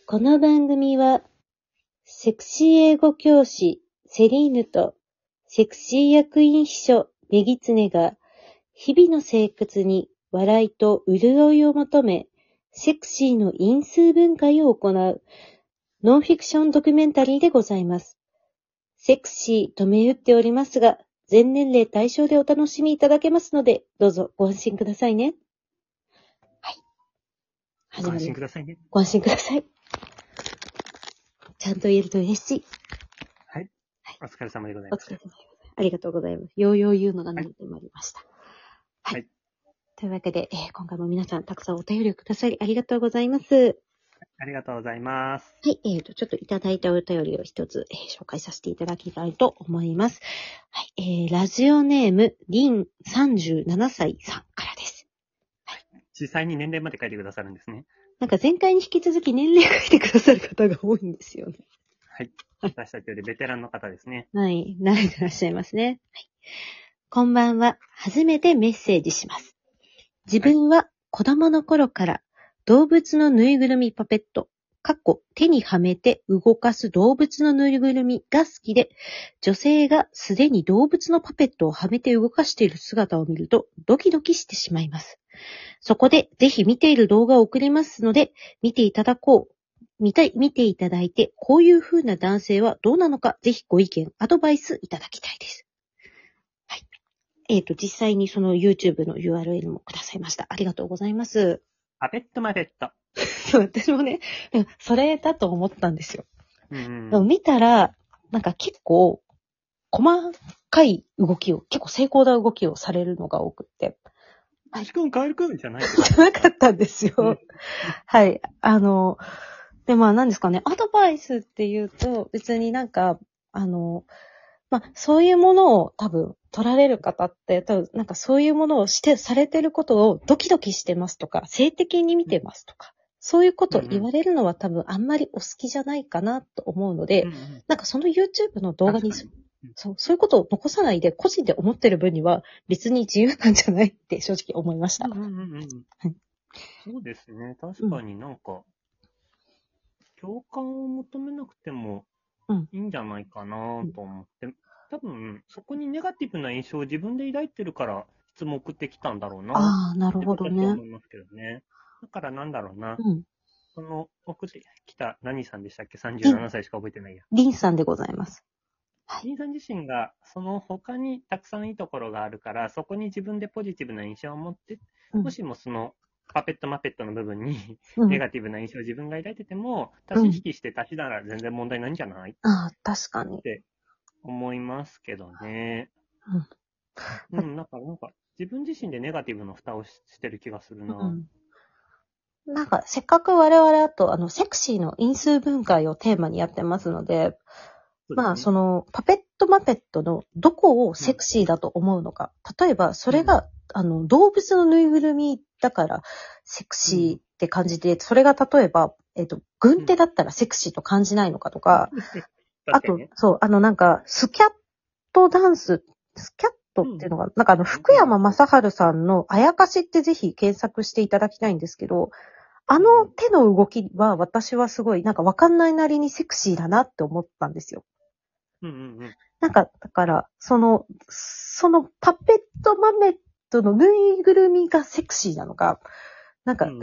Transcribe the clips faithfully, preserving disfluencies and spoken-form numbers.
この番組は、セクシー英語教師セリーヌとセクシー役員秘書メギツネが日々の生活に笑いと潤いを求め、セクシーの因数分解を行うノンフィクションドキュメンタリーでございます。セクシーと銘打っておりますが、全年齢対象でお楽しみいただけますので、どうぞご安心くださいね。はい。 ご安心くださいね。 ご安心ください。ちゃんと言えると嬉しい。 はい。はい、お疲れ様でございます。お疲れ様でございます。ありがとうございます。ようよう言うのが慣れてまいりました。はい。はい、というわけで、えー、今回も皆さんたくさんお便りをくださりありがとうございます。 ありがとうございます。 はい。えーと、ちょっといただいたお便りを一つ、えー、紹介させていただきたいと思います。はい。えー、ラジオネーム、リンさんじゅうななさいさんからです。 はい。実際に年齢まで書いてくださるんですね。 なんか前回に引き続き年齢書いてくださる方が多いんですよね。 はい。私たちよりベテランの方ですね。 はい。慣れてらっしゃいますね。はい。こんばんは。初めてメッセージします。自分は子供の頃から動物のぬいぐるみパペット、かっこ手にはめて動かす動物のぬいぐるみが好きで、女性がすでに動物のパペットをはめて動かしている姿を見るとドキドキしてしまいます。そこでぜひ見ている動画を送りますので、見ていただこう。見たい、見ていただいて、こういう風な男性はどうなのか、ぜひご意見、アドバイスいただきたいです。はい。えっと、実際にその YouTube の ユーアールエル もくださいました。ありがとうございます。 パペットマペット。 そう、私もね、それだと思ったんですよ。 うん、 うん、見たら、なんか結構、細かい動きを、結構精巧な動きをされるのが多くって。 はい。くん、カエルくんじゃないじゃなかったんですよ。はい。あの、で、まあ何ですかね、アドバイスっていうと、別になんか、あの、まあそういうものを多分取られる方って、多分なんかそういうものをして、されてることをドキドキしてますとか、性的に見てますとか、そういうことを言われるのは多分あんまりお好きじゃないかなと思うので、うんうん、なんかその YouTube の動画に、そう、そういうことを残さないで個人で思ってる分には別に自由なんじゃないって正直思いました。 うんうんうんうん、はい、そうですね。確かになんか、うん、共感を求めなくてもいいんじゃないかなと思って、うん、多分そこにネガティブな印象を自分で抱いてるから質問送ってきたんだろうな。 ああ、なるほどね。 私は思いますけどね。だからなんだろうな。うん、その送ってきた何さんでしたっけ ?さんじゅうななさいしか覚えてないや。 リンさんでございます。 はい、リンさん自身がその他にたくさんいいところがあるから、そこに自分でポジティブな印象を持って、うん、もしもそのパペットマペットの部分に、うん、ネガティブな印象を自分が抱いてても、足し引きして足しなら全然問題ないんじゃない、 うん、ああ、確かに。 って思いますけどね。うん。うん、なんか、なんか、自分自身でネガティブの蓋をしてる気がするな。うんなんか、せっかく我々だと、あの、セクシーの因数分解をテーマにやってますので、でね、まあ、その、パペットマペットのどこをセクシーだと思うのか。うん、例えば、それが、うん、あの、動物のぬいぐるみだから、セクシーって感じで、うん、それが例えば、えっと、軍手だったらセクシーと感じないのかとか、うん、あと、そう、あの、なんか、スキャットダンス、スキャットっていうのが、うん、なんかあの、福山雅治さんのあやかしってぜひ検索していただきたいんですけど、あの手の動きは私はすごいなんかわかんないなりにセクシーだなって思ったんですよ。 うんうんうん、 なんか、だから、その、そのパペットマメットのぬいぐるみがセクシーなのか、なんか、うん、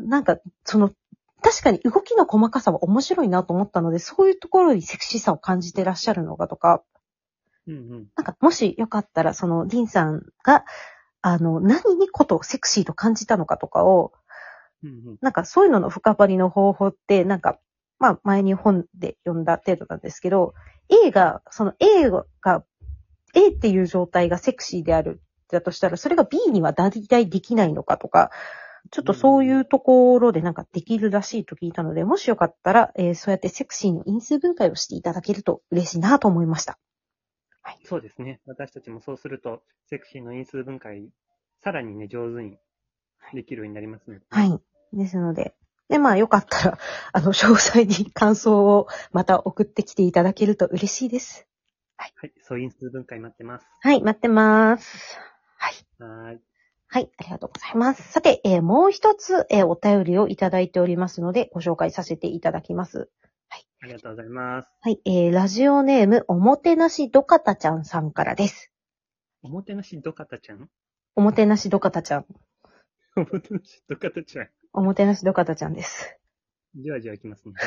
なんか、その、確かに動きの細かさは面白いなと思ったので、そういうところにセクシーさを感じてらっしゃるのかとか、 うんうん、 なんか、もしよかったら、その、リンさんが、あの、何にことをセクシーと感じたのかとかを、うんうん、なんかそういうのの深掘りの方法って、なんか、まあ前に本で読んだ程度なんですけど、A が、その A が、A っていう状態がセクシーであるだとしたら、それが B には大体できないのかとか、ちょっとそういうところでなんかできるらしいと聞いたので、もしよかったら、えー、そうやってセクシーの因数分解をしていただけると嬉しいなと思いました。 はい。そうですね。私たちもそうすると、セクシーの因数分解、さらにね、上手にできるようになりますので、ね。 はい。ですので。で、まあよかったら、あの、詳細に感想をまた送ってきていただけると嬉しいです。 はい。はい。そう因数分解待ってます。 はい、待ってます。はい。 はい。 はい、ありがとうございます。さて、えー、もう一つ、えー、お便りをいただいておりますので、ご紹介させていただきます。 はい。ありがとうございます。 はい、えー、ラジオネーム、おもてなしどかたちゃんさんからです。 おもてなしどかたちゃんおもてなしどかたちゃん。 おもてなしどかたちゃん。 おもてなしどかたちゃんです。 じわじわきますね。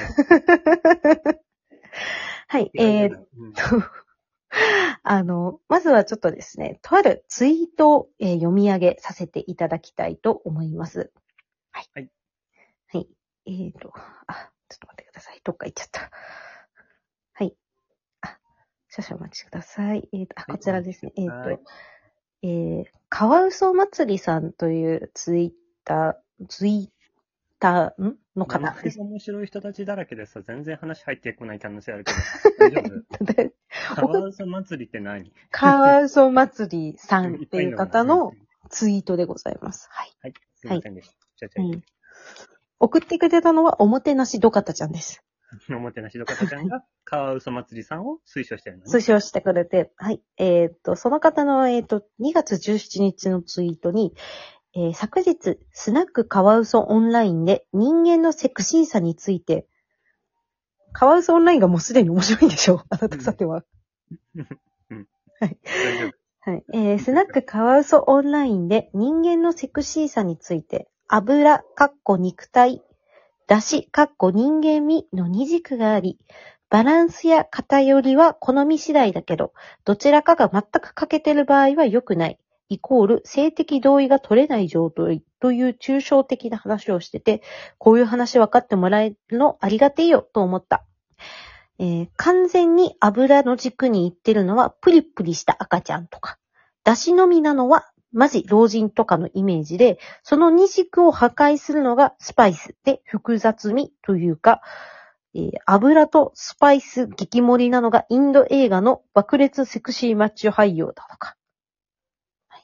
はい、えー、うんあの、まずはちょっとですね、とあるツイートを、えー、読み上げさせていただきたいと思います。はい。 はい。 はい。えーと、あ、ちょっと待ってください。どっか行っちゃった。はい。あ、少々お待ちください。えーと、あ、こちらですね。えーと、えー、カワウソ祭りさんというツイッター、ツイッター、んの方です。 面白い人たちだらけでさ、全然話入ってこない可能性あるけど。大丈夫カワウソ祭りって何カワウソ祭りさんっていう方のツイートでございます。はい。 はい。すいませんでした。 はい、うん、送ってくれたのはおもてなしどかたちゃんです。 おもてなしどかたちゃんがカワウソ祭りさんを推奨してるのね。 推奨してくれて、はい。えっ、ー、と、その方の、えっ、ー、と、にがつじゅうしちにちのツイートに、えー、昨日、スナックカワウソオンラインで人間のセクシーさについて、カワウソオンラインがもうすでに面白いんでしょうあなたさては。 うん。 はい。大丈夫。はい。えー、スナックカワウソオンラインで人間のセクシーさについて、油、かっこ肉体、だし、かっこ人間味の二軸があり、バランスや偏りは好み次第だけど、どちらかが全く欠けてる場合は良くない。イコール性的同意が取れない状態という抽象的な話をしてて、こういう話分かってもらえるのありがてえよと思った。えー、完全に油の軸に行ってるのはプリプリした赤ちゃんとか、出汁のみなのはマジ老人とかのイメージで、その二軸を破壊するのがスパイスで複雑味というか、えー、油とスパイス激盛りなのがインド映画の爆裂セクシーマッチョ俳優だとか、はい、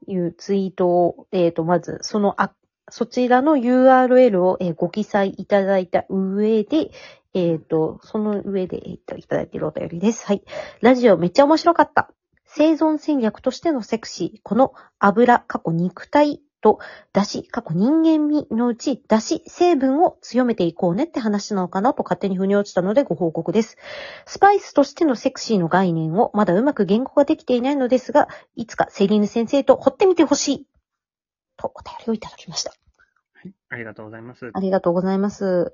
いうツイートを、えっ、ー、と、まず、そのあ、そちらの ユーアールエル を、えー、ご記載いただいた上で、えっ、ー、と、その上で、えー、いただいているお便りです。はい。ラジオめっちゃ面白かった。生存戦略としてのセクシー。この油、過去肉体と、出汁、過去人間味のうち、出汁成分を強めていこうねって話なのかなと勝手に腑に落ちたのでご報告です。スパイスとしてのセクシーの概念をまだうまく言語化できていないのですが、いつかセリーヌ先生と掘ってみてほしい。とお便りをいただきました。 はい。ありがとうございます。 ありがとうございます。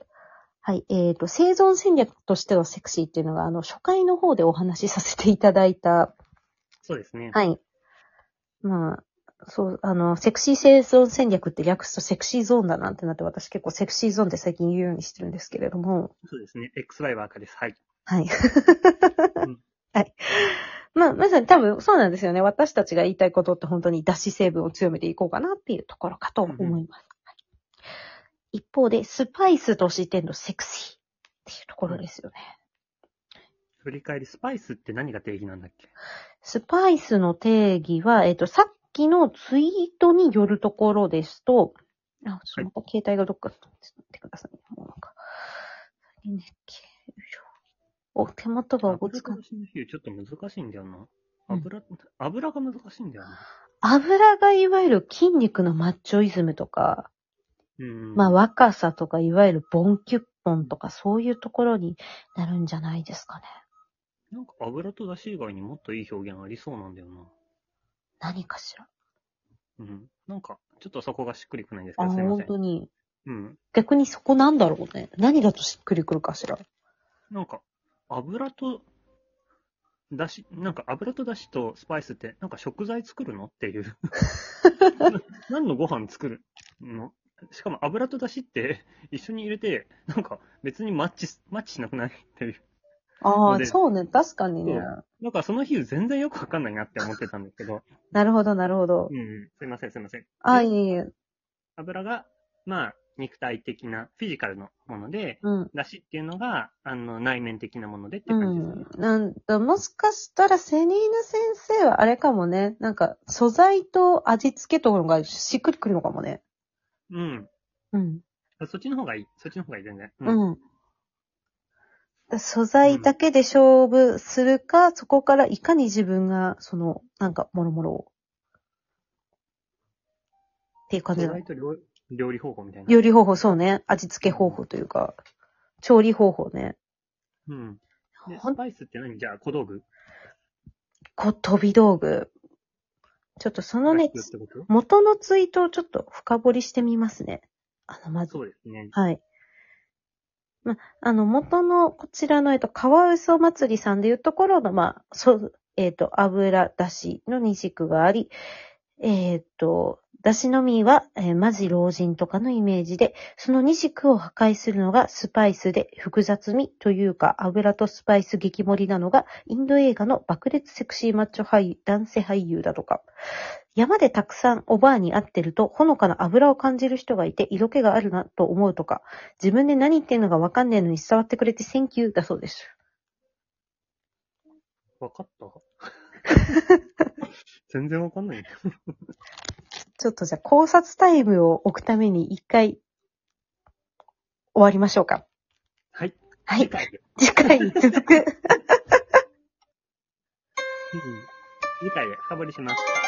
はい。えっと、生存戦略としてのセクシーっていうのが、あの、初回の方でお話しさせていただいた。 そうですね。 はい。まあ、そう、あの、セクシー生存戦略って略すとセクシーゾーンだなんてなって私結構セクシーゾーンって最近言うようにしてるんですけれども。 そうですね。エックスワイ は赤です。はい。 はい。うん、はい。まあ、まさに多分そうなんですよね。私たちが言いたいことって本当に脱脂成分を強めていこうかなっていうところかと思います。うんうん、一方で、スパイスとしてのセクシーっていうところですよね。 うん、振り返り、スパイスって何が定義なんだっけ？ スパイスの定義は、えっと、さっきのツイートによるところですと、あ、ちょっとまた携帯がどっか、ちょっと待ってくださいね。もうなんか、お、手元がおつかない。 油と出汁の比喩ちょっと難しいんだよな。油、うん、油が難しいんだよな。 油がいわゆる筋肉のマッチョイズムとか、うん、まあ若さとかいわゆるボンキュッポンとかそういうところになるんじゃないですかね。 なんか油と出汁以外にもっといい表現ありそうなんだよな。 何かしら。 うん。なんか、ちょっとそこがしっくりくないんですけど、すいません。 本当に。 うん。 逆にそこなんだろうね。何だとしっくりくるかしら。 なんか、油と、だし、なんか油とだしとスパイスって、なんか食材作るのっていう。何のご飯作るの？しかも油とだしって一緒に入れて、なんか別にマッチ、マッチしなくないっていう。 ああ、そうね。確かにね。 なんかその比喩全然よくわかんないなって思ってたんですけど。 なるほど、なるほど。 うん。すいません、すいません。 あ、いえいえ。 油が、まあ、肉体的な、フィジカルのもので、うん、だしっていうのが、あの、内面的なものでっていう感じですね。 うん。なんだ、もしかしたらセリーヌ先生はあれかもね。なんか、素材と味付けとかがしっくりくるのかもね。 うん。 うん。 そっちの方がいい。そっちの方がいい、全然。 うん。うん、素材だけで勝負するか、うん、そこからいかに自分が、その、なんか、もろもろを。 っていう感じの。 意外と料料理方法みたいな。 料理方法、そうね。味付け方法というか、調理方法ね。 うん。で、スパイスって何？じゃあ、小道具？ こ、飛び道具。ちょっとそのね、元のツイートをちょっと深掘りしてみますね。あの、まず。 そうですね。 はい。ま、あの、元のこちらの、えっと、カワウソ祭りさんでいうところの、まあ、そう、えっと、油だしのに軸があり、えっと、だしの実は、えー、マジ老人とかのイメージで、そのに軸を破壊するのがスパイスで複雑味というか、油とスパイス激盛りなのが、インド映画の爆裂セクシーマッチョ俳優、男性俳優だとか。山でたくさんおばあに会ってると、ほのかな油を感じる人がいて、色気があるなと思うとか、自分で何言ってんのかわかんねえのに伝わってくれてセンキューだそうです。 わかった全然わかんない。 ちょっとじゃあ考察タイムを置くために一回終わりましょうか。 はい。 はい。次回に続く。 次回で深掘りします。